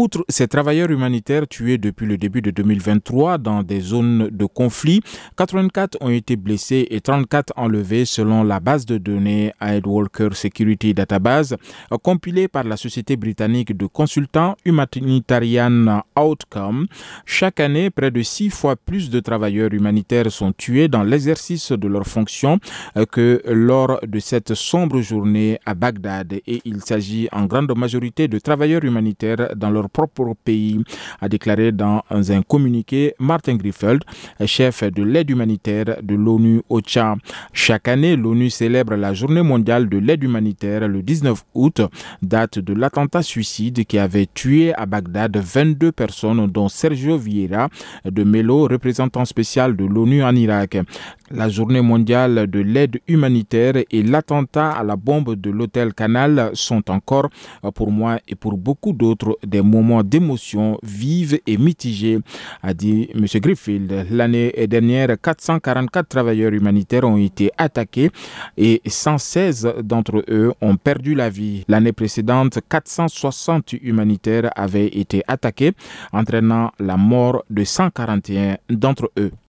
Outre ces travailleurs humanitaires tués depuis le début de 2023 dans des zones de conflit, 84 ont été blessés et 34 enlevés selon la base de données Aidwalker Security Database compilée par la société britannique de consultants Humanitarian Outcome. Chaque année, près de 6 fois plus de travailleurs humanitaires sont tués dans l'exercice de leurs fonctions que lors de cette sombre journée à Bagdad. Et il s'agit en grande majorité de travailleurs humanitaires dans leur propre pays, a déclaré dans un communiqué Martin Griffiths, chef de l'aide humanitaire de l'ONU OCHA. Chaque année, l'ONU célèbre la journée mondiale de l'aide humanitaire le 19 août, date de l'attentat suicide qui avait tué à Bagdad 22 personnes, dont Sergio Vieira de Mello, représentant spécial de l'ONU en Irak. La journée mondiale de l'aide humanitaire et l'attentat à la bombe de l'hôtel Canal sont encore, pour moi et pour beaucoup d'autres, des moments d'émotion vive et mitigée, a dit M. Griffiths. L'année dernière, 444 travailleurs humanitaires ont été attaqués et 116 d'entre eux ont perdu la vie. L'année précédente, 460 humanitaires avaient été attaqués, entraînant la mort de 141 d'entre eux.